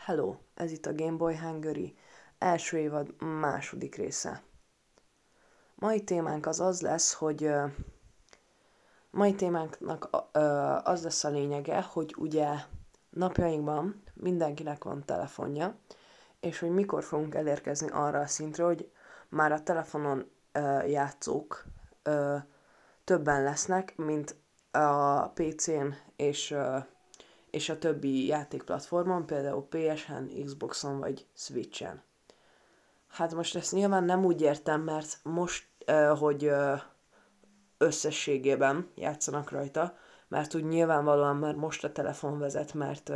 Hello, ez itt a Game Boy Hungary első évad második része. Mai témánk az lesz, hogy mai témánknak az lesz a lényege, hogy ugye napjainkban mindenkinek van telefonja, és hogy mikor fogunk elérkezni arra a szintre, hogy már a telefonon játszók többen lesznek, mint a PC-n és a többi játékplatformon, például PS-en, Xboxon vagy Switchen. Hát most ezt nyilván nem úgy értem, mert most, hogy összességében játszanak rajta, mert úgy nyilvánvalóan már most a telefon vezet, mert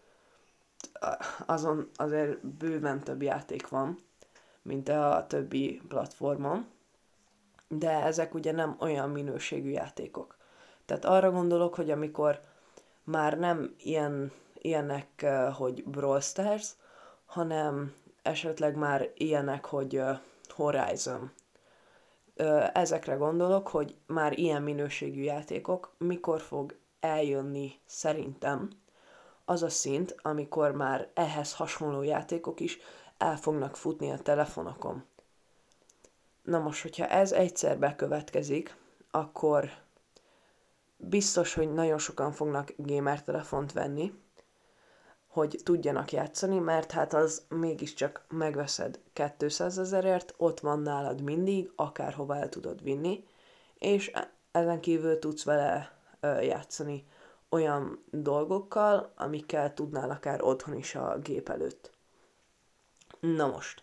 azon azért bőven több játék van, mint a többi platformon, de ezek ugye nem olyan minőségű játékok. Tehát arra gondolok, hogy amikor már nem ilyenek, hogy Brawl Stars, hanem esetleg már ilyenek, hogy Horizon. Ezekre gondolok, hogy már ilyen minőségű játékok mikor fog eljönni szerintem az a szint, amikor már ehhez hasonló játékok is el fognak futni a telefonokon. Na most, hogyha ez egyszer bekövetkezik, akkor biztos, hogy nagyon sokan fognak gamer telefont venni, hogy tudjanak játszani, mert hát az mégiscsak megveszed 200 000-ért, ott van nálad mindig, akárhova el tudod vinni, és ezen kívül tudsz vele játszani olyan dolgokkal, amikkel tudnál akár otthon is a gép előtt. Na most,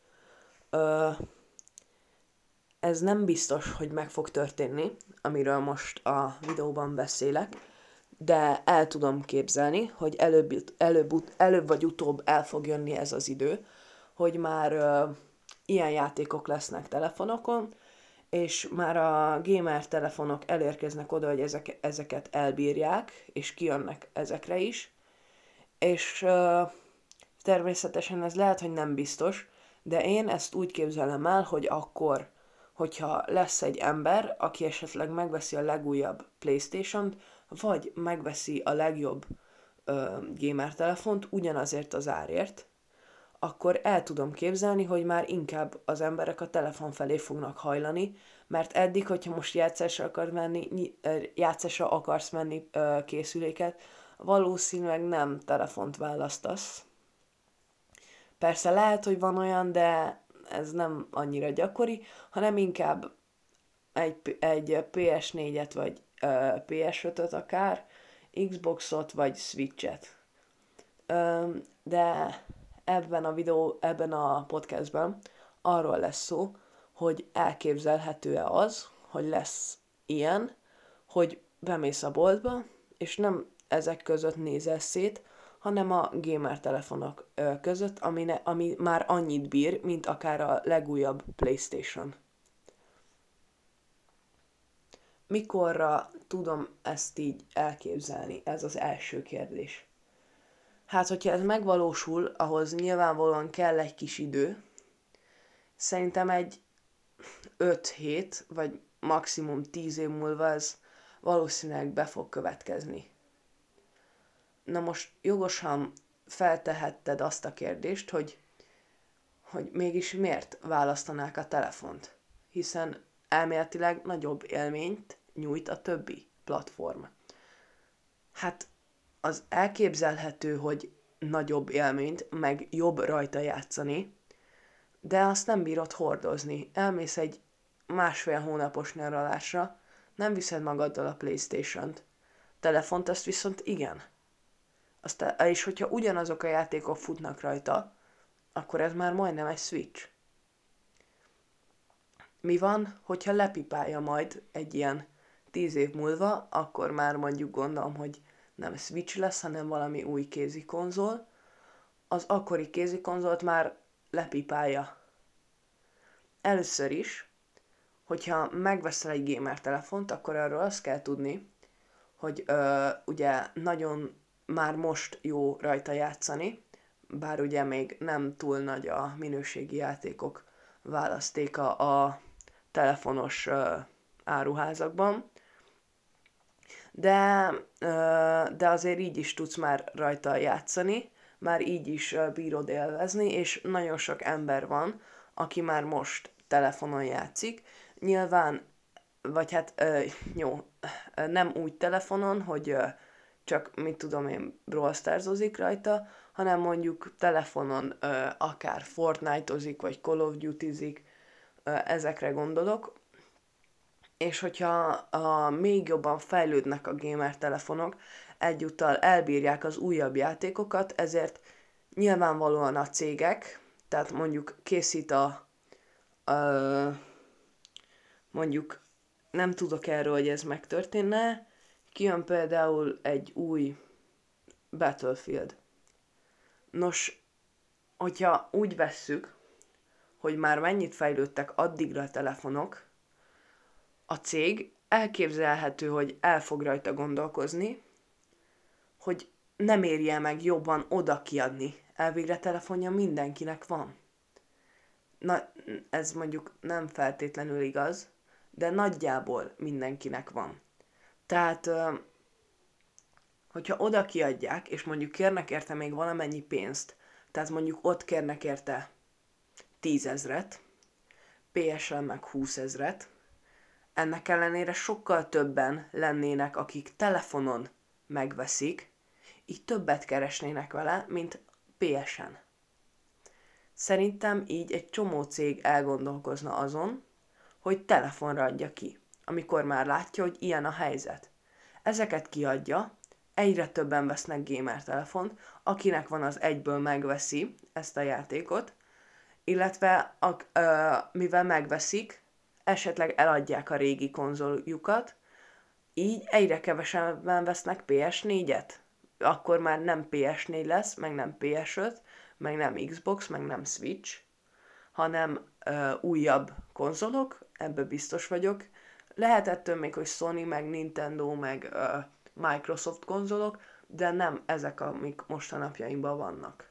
ez nem biztos, hogy meg fog történni, amiről most a videóban beszélek, de el tudom képzelni, hogy előbb vagy utóbb el fog jönni ez az idő, hogy már ilyen játékok lesznek telefonokon, és már a gamer telefonok elérkeznek oda, hogy ezeket elbírják, és kijönnek ezekre is, és természetesen ez lehet, hogy nem biztos, de én ezt úgy képzelem el, hogy akkor, hogyha lesz egy ember, aki esetleg megveszi a legújabb PlayStation-t, vagy megveszi a legjobb gamer telefont ugyanazért az árért, akkor el tudom képzelni, hogy már inkább az emberek a telefon felé fognak hajlani, mert eddig, hogyha most játszásra akarsz menni készüléket, valószínűleg nem telefont választasz. Persze lehet, hogy van olyan, de ez nem annyira gyakori, hanem inkább egy PS4-et vagy PS5-öt akár, Xboxot vagy Switchet. De ebben a podcastben arról lesz szó, hogy elképzelhető-e az, hogy lesz ilyen, hogy bemész a boltba, és nem ezek között nézel szét, hanem a gamer telefonok között, ami már annyit bír, mint akár a legújabb PlayStation. Mikorra tudom ezt így elképzelni? Ez az első kérdés. Hát, hogyha ez megvalósul, ahhoz nyilvánvalóan kell egy kis idő. Szerintem egy 5 hét, vagy maximum 10 év múlva ez valószínűleg be fog következni. Na most jogosan feltehetted azt a kérdést, hogy mégis miért választanák a telefont? Hiszen elméletileg nagyobb élményt nyújt a többi platform. Hát az elképzelhető, hogy nagyobb élményt, meg jobb rajta játszani, de azt nem bírod hordozni. Elmész egy 1,5 hónapos nyaralásra, nem viszed magaddal a PlayStation-t. Telefont azt viszont igen. És hogyha ugyanazok a játékok futnak rajta, akkor ez már majdnem egy Switch. Mi van, hogyha lepipálja majd egy ilyen 10 év múlva, akkor már mondjuk gondolom, hogy nem Switch lesz, hanem valami új kézikonzol, az akkori kézikonzolt már lepipálja. Először is, hogyha megveszel egy gamer telefont, akkor arról azt kell tudni, hogy ugye nagyon már most jó rajta játszani, bár ugye még nem túl nagy a minőségi játékok választéka a telefonos áruházakban, de azért így is tudsz már rajta játszani, már így is bírod élvezni, és nagyon sok ember van, aki már most telefonon játszik. Nyilván, vagy hát jó, nem úgy telefonon, hogy csak, mit tudom én, Brawl Starsozik rajta, hanem mondjuk telefonon akár Fortnite-ozik, vagy Call of Duty-zik, ezekre gondolok. És hogyha még jobban fejlődnek a gamer telefonok, egyúttal elbírják az újabb játékokat, ezért nyilvánvalóan a cégek, tehát mondjuk készít mondjuk nem tudok erről, hogy ez megtörténne, kijön például egy új Battlefield. Nos, hogyha úgy vesszük, hogy már mennyit fejlődtek addigra a telefonok, a cég elképzelhető, hogy el fog rajta gondolkozni, hogy nem érje meg jobban oda kiadni. Elvégre telefonja mindenkinek van. Na, ez mondjuk nem feltétlenül igaz, de nagyjából mindenkinek van. Tehát, hogyha oda kiadják, és mondjuk kérnek érte még valamennyi pénzt, tehát mondjuk ott kérnek érte 10 000, PSN meg 20 000, ennek ellenére sokkal többen lennének, akik telefonon megveszik, így többet keresnének vele, mint PSN. Szerintem így egy csomó cég elgondolkozna azon, hogy telefonra adja ki, amikor már látja, hogy ilyen a helyzet. Ezeket kiadja, egyre többen vesznek gamer telefont, akinek van az egyből megveszi ezt a játékot, illetve mivel megveszik, esetleg eladják a régi konzoljukat, így egyre kevesebben vesznek PS4-et. Akkor már nem PS4 lesz, meg nem PS5, meg nem Xbox, meg nem Switch, hanem újabb konzolok, ebbe biztos vagyok. Lehet ettől még, hogy Sony, meg Nintendo, meg Microsoft konzolok, de nem ezek, amik most a napjainkban vannak.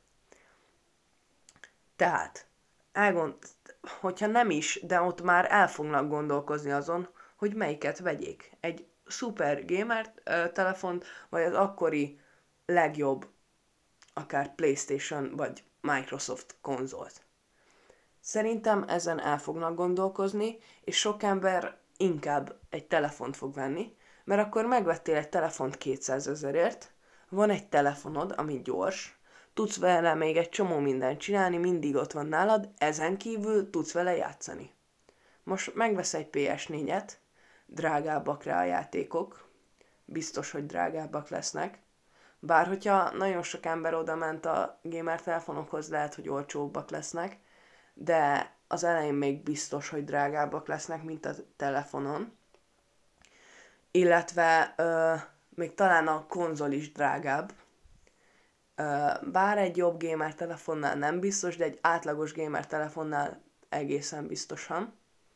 Tehát, hogyha nem is, de ott már el fognak gondolkozni azon, hogy melyiket vegyék. Egy szuper gamer telefont, vagy az akkori legjobb, akár PlayStation, vagy Microsoft konzolt. Szerintem ezen el fognak gondolkozni, és sok ember inkább egy telefont fog venni, mert akkor megvettél egy telefont 200 000-ért, van egy telefonod, ami gyors, tudsz vele még egy csomó mindent csinálni, mindig ott van nálad, ezen kívül tudsz vele játszani. Most megvesz egy PS4-et, drágábbak rá a játékok, biztos, hogy drágábbak lesznek, bár hogyha nagyon sok ember oda ment a gamer telefonokhoz, lehet, hogy olcsóbbak lesznek, de az elején még biztos, hogy drágábbak lesznek, mint a telefonon. Illetve még talán a konzol is drágább. Bár egy jobb gamer telefonnál nem biztos, de egy átlagos gamer telefonnál egészen biztosan.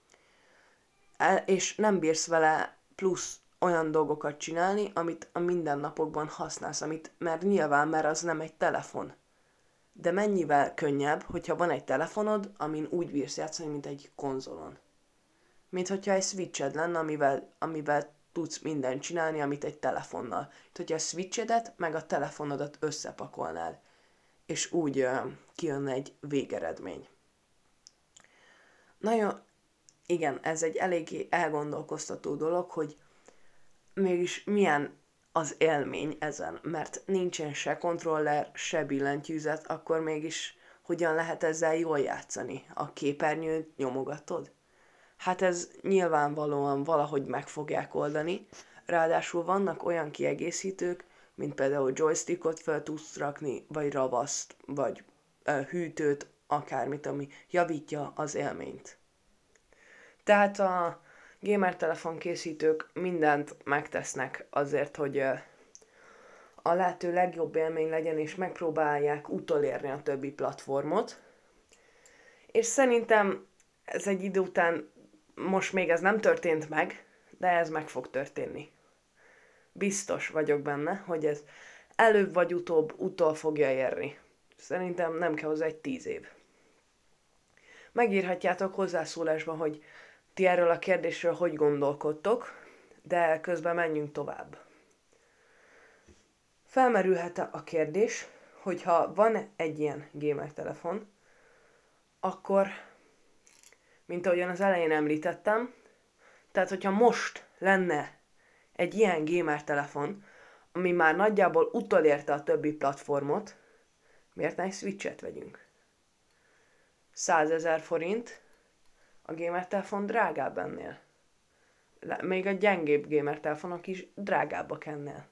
És nem bírsz vele plusz olyan dolgokat csinálni, amit a mindennapokban használsz, mert az nem egy telefon. De mennyivel könnyebb, hogyha van egy telefonod, amin úgy bírsz játszani, mint egy konzolon. Mint hogyha egy Switched lenne, amivel tudsz mindent csinálni, amit egy telefonnal. Mint hogyha a Switchedet meg a telefonodat összepakolnád. És úgy kijönne egy végeredmény. Nagyon, igen, ez egy eléggé elgondolkoztató dolog, hogy mégis milyen az élmény ezen, mert nincsen se kontroller, se billentyűzet, akkor mégis hogyan lehet ezzel jól játszani? A képernyőt nyomogatod? Hát ez nyilvánvalóan valahogy meg fogják oldani, ráadásul vannak olyan kiegészítők, mint például joystickot fel tudsz rakni, vagy ravaszt, vagy hűtőt, akármit, ami javítja az élményt. Tehát a gamer telefon készítők mindent megtesznek azért, hogy a lehető legjobb élmény legyen, és megpróbálják utolérni a többi platformot. És szerintem ez egy idő után, most még ez nem történt meg, de ez meg fog történni. Biztos vagyok benne, hogy ez előbb vagy utóbb utol fogja érni. Szerintem nem kell hozzá egy 10 év. Megírhatjátok hozzászólásban, hogy ti erről a kérdésről hogy gondolkodtok, de közben menjünk tovább. Felmerülhet a kérdés, hogyha van egy ilyen gamer telefon, akkor, mint ahogyan az elején említettem, tehát hogyha most lenne egy ilyen gamer telefon, ami már nagyjából utolérte a többi platformot, miért ne egy Switch-et vegyünk? 100 000 forint, a gamer telefon drágább ennél. Még a gyengébb gamer telefonok is drágábbak ennél.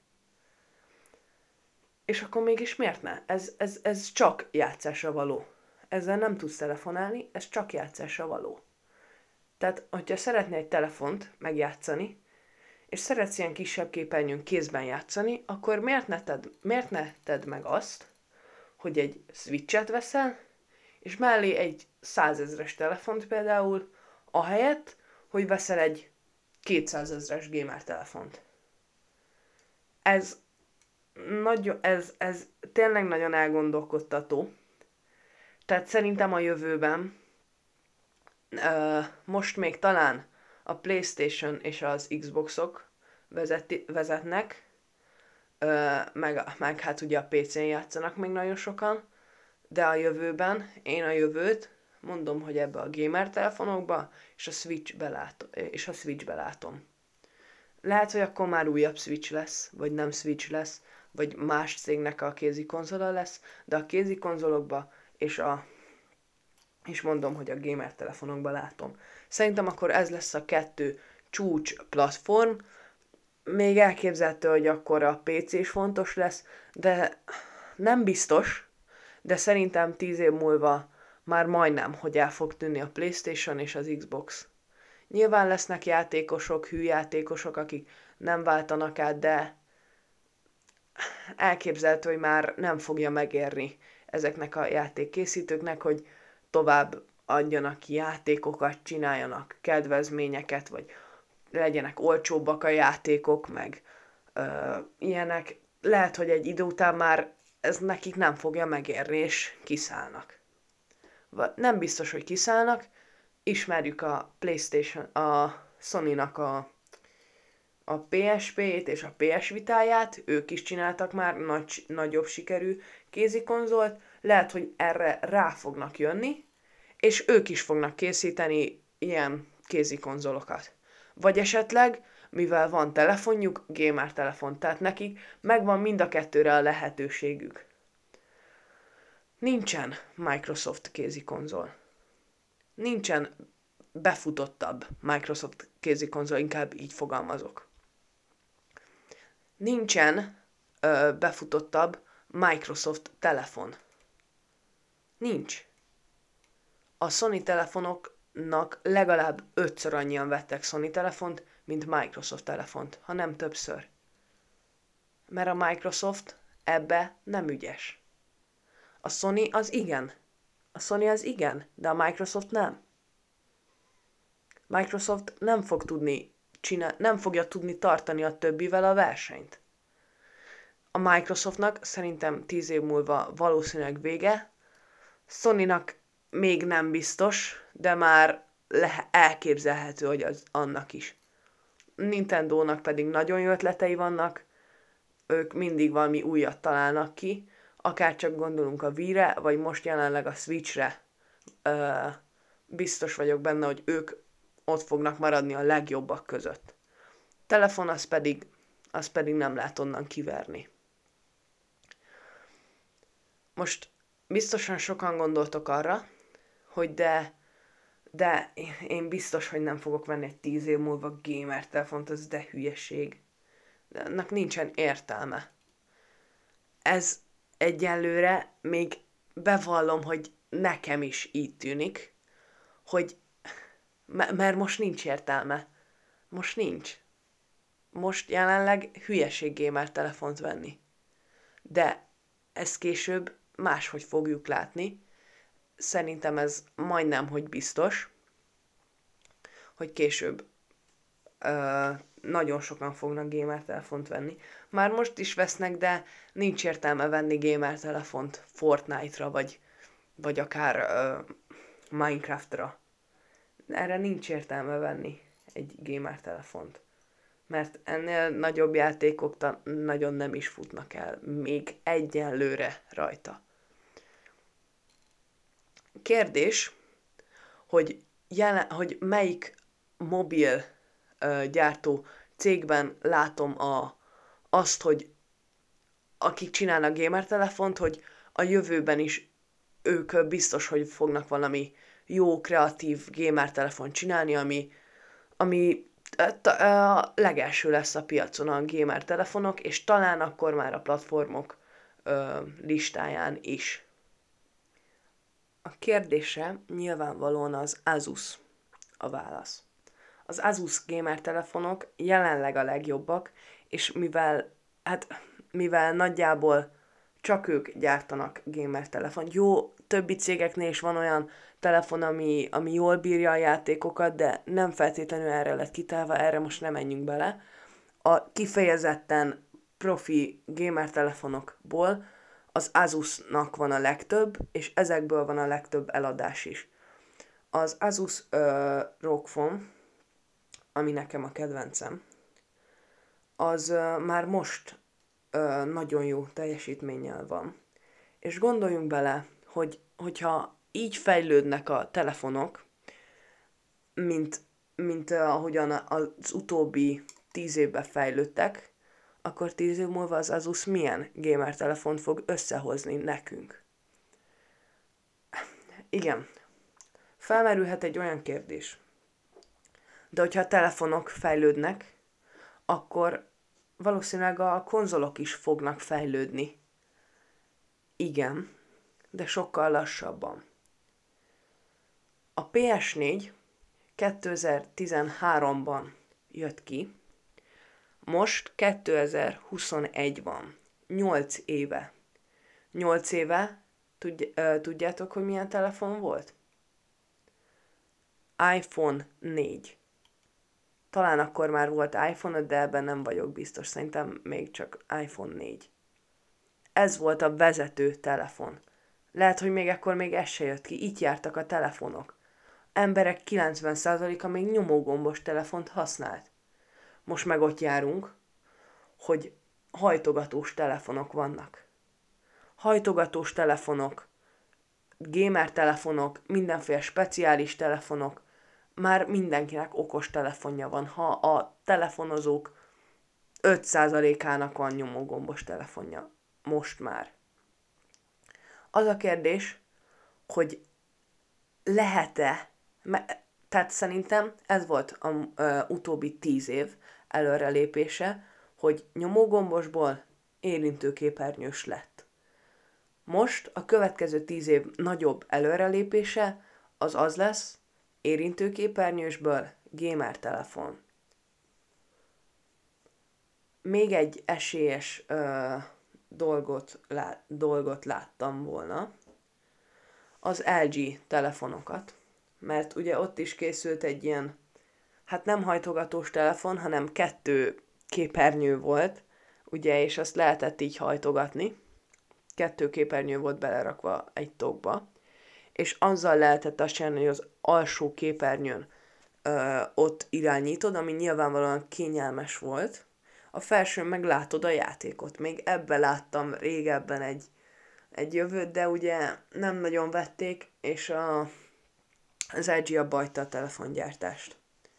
És akkor mégis miért ne? Ez csak játszásra való. Ezzel nem tudsz telefonálni, ez csak játszásra való. Tehát, hogyha szeretnél egy telefont megjátszani, és szeretsz ilyen kisebb képernyőn kézben játszani, akkor miért ne tedd meg azt, hogy egy Switch-et veszel, és mellé egy 100 000-es telefont például, ahelyett, hogy veszel egy 200 000-es gamer telefont. Ez tényleg nagyon elgondolkodtató. Tehát szerintem a jövőben most még talán a PlayStation és az Xboxok vezetnek, meg hát ugye a PC-n játszanak még nagyon sokan, de a jövőben, én a jövőt mondom, hogy ebbe a gamer telefonokba és a Switchbe látom. Lehet, hogy akkor már újabb Switch lesz, vagy nem Switch lesz, vagy más cégnek a kézi konzola lesz, de a kézi konzolokba és mondom, hogy a gamer telefonokba látom. Szerintem akkor ez lesz a 2 csúcs platform. Még elképzelhető, hogy akkor a PC is fontos lesz, de nem biztos, de szerintem 10 év múlva már majdnem, hogy el fog tűnni a PlayStation és az Xbox. Nyilván lesznek játékosok, hű játékosok, akik nem váltanak át, de elképzelhető, hogy már nem fogja megérni ezeknek a játékkészítőknek, hogy tovább adjanak ki játékokat, csináljanak kedvezményeket, vagy legyenek olcsóbbak a játékok, meg ilyenek. Lehet, hogy egy idő után már ez nekik nem fogja megérni, és kiszállnak. Nem biztos, hogy kiszállnak. Ismerjük a PlayStation, a Sony-nak a PSP-t és a PS Vitáját, ők is csináltak már nagyobb sikerű kézikonzolt, lehet, hogy erre rá fognak jönni, és ők is fognak készíteni ilyen kézikonzolokat. Vagy esetleg, mivel van telefonjuk, gamer telefon, tehát nekik megvan mind a kettőre a lehetőségük. Nincsen Microsoft kézikonzol. Nincsen befutottabb Microsoft kézikonzol, inkább így fogalmazok. Nincsen befutottabb Microsoft telefon. Nincs. A Sony telefonoknak legalább 5-ször annyian vettek Sony telefont, mint Microsoft telefont, ha nem többször. Mert a Microsoft ebbe nem ügyes. A Sony az igen. A Sony az igen, de a Microsoft nem. Microsoft nem fogja tudni tartani a többivel a versenyt. A Microsoftnak szerintem 10 év múlva valószínűleg vége, Sonynak még nem biztos, de már elképzelhető, hogy az annak is. Nintendónak pedig nagyon jó ötletei vannak, ők mindig valami újat találnak ki, akár csak gondolunk a Wii-re, vagy most jelenleg a Switch-re. Biztos vagyok benne, hogy ők ott fognak maradni a legjobbak között. Telefon az pedig nem lehet onnan kiverni. Most biztosan sokan gondoltok arra, hogy de én biztos, hogy nem fogok venni egy 10 év múlva gamer telefont, az de hülyeség. De ennek nincsen értelme. Ez egyelőre még bevallom, hogy nekem is így tűnik, hogy mert most nincs értelme. Most nincs. Most jelenleg hülyeség gamer telefont venni. De ezt később máshogy fogjuk látni. Szerintem ez majdnem, hogy biztos, hogy később nagyon sokan fognak gamer telefont venni. Már most is vesznek, de nincs értelme venni gamer telefont Fortnite-ra, vagy akár Minecraft-ra. Erre nincs értelme venni egy gamer telefont. Mert ennél nagyobb játékok nagyon nem is futnak el, még egyenlőre rajta. Kérdés, hogy melyik mobil gyártó cégben látom azt, hogy akik csinálnak gamer telefont, hogy a jövőben is ők biztos, hogy fognak valami jó, kreatív gamer telefont csinálni, ami a legelső lesz a piacon a gamer telefonok, és talán akkor már a platformok listáján is. A kérdésre nyilvánvalóan az Asus a válasz. Az Asus gamer telefonok jelenleg a legjobbak, és mivel nagyjából csak ők gyártanak gamer telefont. Jó, többi cégeknél is van olyan telefon, ami jól bírja a játékokat, de nem feltétlenül erre lett kitálva, erre most nem menjünk bele. A kifejezetten profi gamer telefonokból az Asusnak van a legtöbb, és ezekből van a legtöbb eladás is. Az Asus ROG Phone, ami nekem a kedvencem, az már most nagyon jó teljesítménnyel van. És gondoljunk bele, hogyha így fejlődnek a telefonok, mint ahogyan az utóbbi 10 évben fejlődtek, akkor 10 év múlva az Asus milyen gamer telefont fog összehozni nekünk? Igen, felmerülhet egy olyan kérdés. De hogyha a telefonok fejlődnek, akkor valószínűleg a konzolok is fognak fejlődni. Igen, de sokkal lassabban. A PS4 2013-ban jött ki, most 2021 van. 8 éve. 8 éve, tudjátok, hogy milyen telefon volt? iPhone 4. Talán akkor már volt iPhone, de ebben nem vagyok biztos. Szerintem még csak iPhone 4. Ez volt a vezető telefon. Lehet, hogy még ekkor még ez se jött ki. Itt jártak a telefonok. Emberek 90%-a még nyomógombos telefont használt. Most meg ott járunk, hogy hajtogatós telefonok vannak. Hajtogatós telefonok, gamer telefonok, mindenféle speciális telefonok, már mindenkinek okos telefonja van. Ha a telefonozók 5%-ának van nyomógombos telefonja. Most már. Az a kérdés, hogy lehet-e, tehát szerintem ez volt az utóbbi 10 év előrelépése, hogy nyomógombosból érintőképernyős lett. Most a következő 10 év nagyobb előrelépése az lesz, érintőképernyősből gamer telefon. Még egy esélyes dolgot láttam volna, az LG telefonokat, mert ugye ott is készült egy ilyen, hát nem hajtogatós telefon, hanem 2 képernyő volt, ugye, és azt lehetett így hajtogatni. 2 képernyő volt belerakva egy tokba, és azzal lehetett azt csinálni, hogy az alsó képernyőn ott irányítod, ami nyilvánvalóan kényelmes volt. A felsőn meg látod a játékot. Még ebbe láttam régebben egy jövőt, de ugye nem nagyon vették, és az LG abba hagyta a telefongyártást.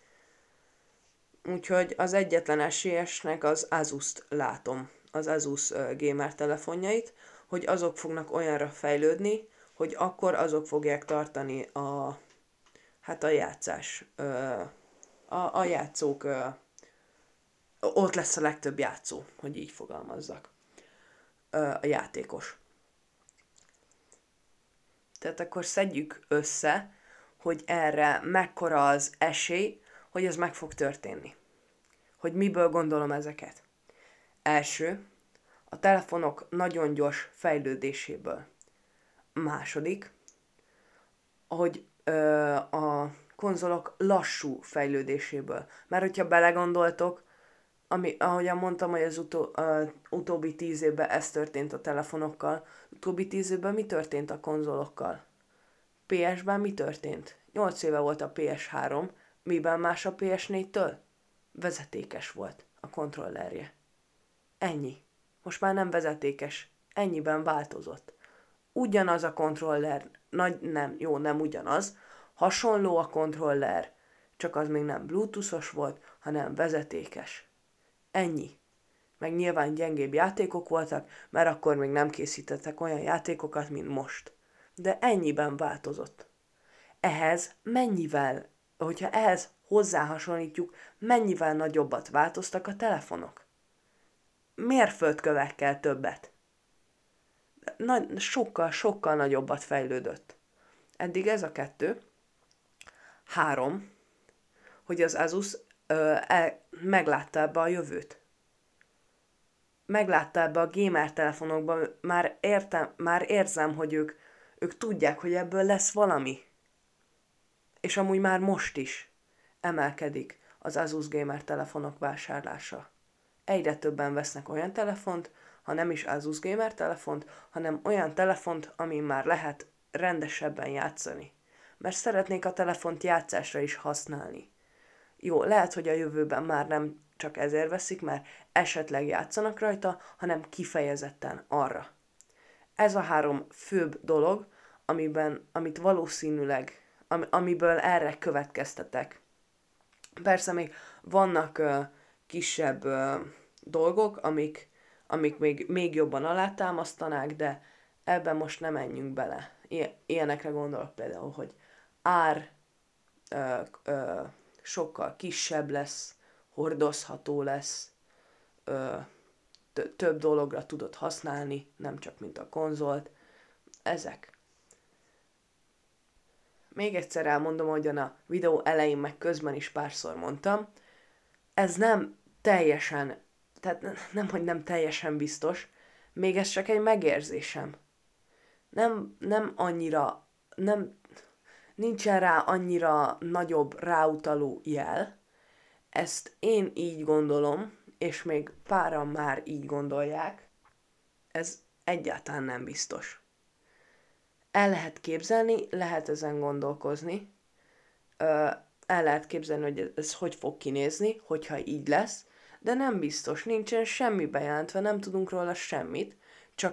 Úgyhogy az egyetlen esélyesnek az Asus-t látom, az Asus gamer telefonjait, hogy azok fognak olyanra fejlődni, hogy akkor azok fogják tartani a játszás, a játszók, ott lesz a legtöbb játszó, hogy így fogalmazzak, a játékos. Tehát akkor szedjük össze, hogy erre mekkora az esély, hogy ez meg fog történni. Hogy miből gondolom ezeket. Első, a telefonok nagyon gyors fejlődéséből. Második, hogy a konzolok lassú fejlődéséből. Mert hogyha belegondoltok, ahogyan mondtam, hogy az utóbbi 10 évben ez történt a telefonokkal, utóbbi 10 évben mi történt a konzolokkal? PS-ben mi történt? 8 éve volt a PS3, miben más a PS4-től? vezetékes volt a kontrollerje. Ennyi. Most már nem vezetékes. Ennyiben változott. Ugyanaz a kontroller, nem ugyanaz, hasonló a kontroller, csak az még nem bluetoothos volt, hanem vezetékes. Ennyi. Meg nyilván gyengébb játékok voltak, mert akkor még nem készítettek olyan játékokat, mint most. De ennyiben változott. Hogyha ehhez hozzáhasonlítjuk, mennyivel nagyobbat változtak a telefonok? Mérföldkövekkel többet. Sokkal nagyobbat fejlődött. Eddig ez a 2. 3, hogy az Asus meglátta ebbe a jövőt. Meglátta ebbe a gamer telefonokban, már érzem, hogy ők tudják, hogy ebből lesz valami. És amúgy már most is emelkedik az Asus gamer telefonok vásárlása. Egyre többen vesznek olyan telefont, ha nem is Asus gamer telefont, hanem olyan telefont, amin már lehet rendesebben játszani. Mert szeretnék a telefont játszásra is használni. Jó, lehet, hogy a jövőben már nem csak ezért veszik, mert esetleg játszanak rajta, hanem kifejezetten arra. Ez a 3 főbb dolog, amit valószínűleg, amiből erre következtetek. Persze még vannak kisebb dolgok, amik még jobban alátámasztanák, de ebben most nem menjünk bele. Ilyenekre gondolok például, hogy ár sokkal kisebb lesz, hordozható lesz, több dologra tudod használni, nem csak mint a konzolt. Ezek. Még egyszer elmondom, ahogyan a videó elején meg közben is párszor mondtam, ez nem teljesen, tehát hogy nem teljesen biztos, még ez csak egy megérzésem. Nem annyira, nincsen rá annyira nagyobb ráutaló jel. Ezt én így gondolom, és még páran már így gondolják. Ez egyáltalán nem biztos. El lehet képzelni, lehet ezen gondolkozni. El lehet képzelni, hogy ez hogy fog kinézni, hogyha így lesz, de nem biztos, nincsen semmi bejelentve, nem tudunk róla semmit, csak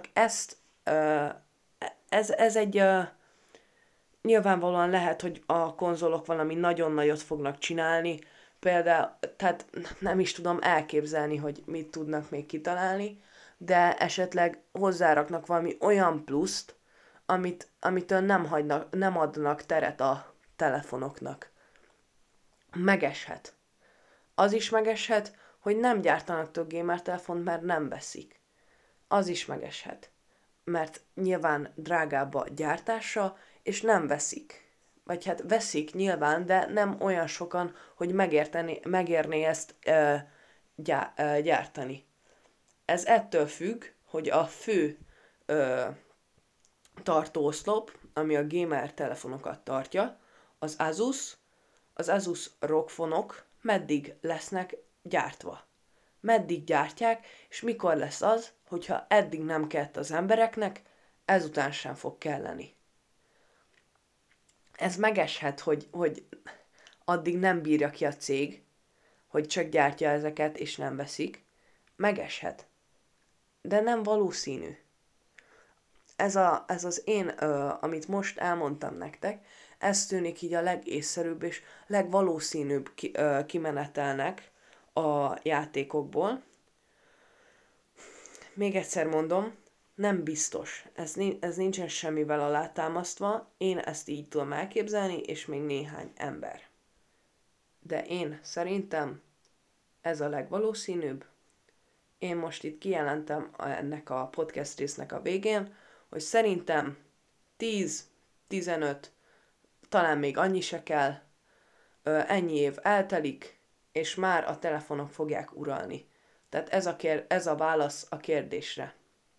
ez egy nyilvánvalóan lehet, hogy a konzolok valami nagyon nagyot fognak csinálni, például, tehát nem is tudom elképzelni, hogy mit tudnak még kitalálni, de esetleg hozzáraknak valami olyan pluszt, amitől nem adnak teret a telefonoknak. Megeshet. Az is megeshet, hogy nem gyártanak több gamer telefont, mert nem veszik. Az is megeshet. Mert nyilván drágább a gyártása, és nem veszik. Vagy hát veszik nyilván, de nem olyan sokan, hogy megérné ezt gyártani. Ez ettől függ, hogy a fő tartóoszlop, ami a gamer telefonokat tartja, az Asus ROG-fonok meddig lesznek gyártva. Meddig gyártják, és mikor lesz az, hogyha eddig nem kellett az embereknek, ezután sem fog kelleni. Ez megeshet, hogy addig nem bírja ki a cég, hogy csak gyártja ezeket, és nem veszik. Megeshet. De nem valószínű. Ez az én, amit most elmondtam nektek, ez tűnik így a legészszerűbb és legvalószínűbb kimenetelnek a játékokból. Még egyszer mondom, nem biztos. Ez nincsen semmivel alátámasztva, én ezt így tudom elképzelni, és még néhány ember. De én szerintem ez a legvalószínűbb. Én most itt kijelentem ennek a podcast résznek a végén, hogy szerintem 10-15, talán még annyi se kell, ennyi év eltelik, és már a telefonok fogják uralni. Tehát ez a válasz a kérdésre.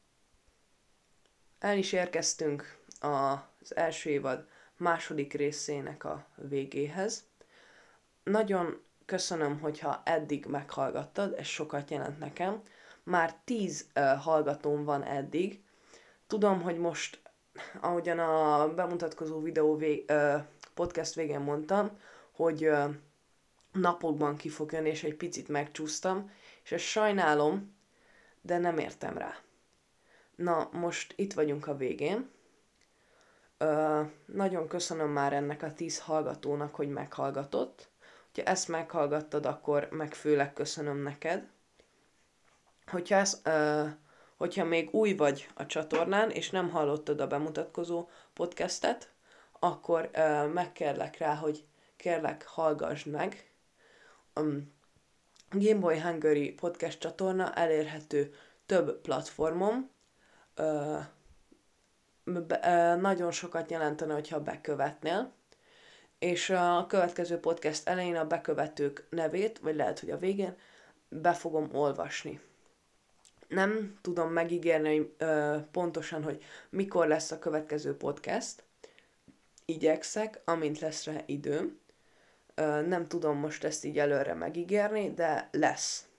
El is érkeztünk az első évad második részének a végéhez. Nagyon köszönöm, hogyha eddig meghallgattad, ez sokat jelent nekem. Már 10 hallgatóm van eddig. Tudom, hogy most, ahogyan a bemutatkozó videó podcast végén mondtam, hogy napokban ki fog jönni, és egy picit megcsúsztam, és ezt sajnálom, de nem értem rá. Na, most itt vagyunk a végén. Nagyon köszönöm már ennek a 10 hallgatónak, hogy meghallgatott. Ha ezt meghallgattad, akkor meg főleg köszönöm neked. Hogyha még új vagy a csatornán, és nem hallottad a bemutatkozó podcastet, akkor megkérlek rá, hogy kérlek hallgassd meg. Game Boy Hungary podcast csatorna elérhető több platformon. Nagyon sokat jelentene, hogyha bekövetnél. És a következő podcast elején a bekövetők nevét, vagy lehet, hogy a végén, be fogom olvasni. Nem tudom megígérni pontosan, hogy mikor lesz a következő podcast. Igyekszek, amint lesz rá időm. Nem tudom most ezt így előre megígérni, de lesz.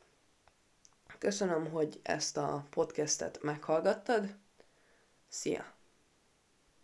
Köszönöm, hogy ezt a podcastet meghallgattad. Szia!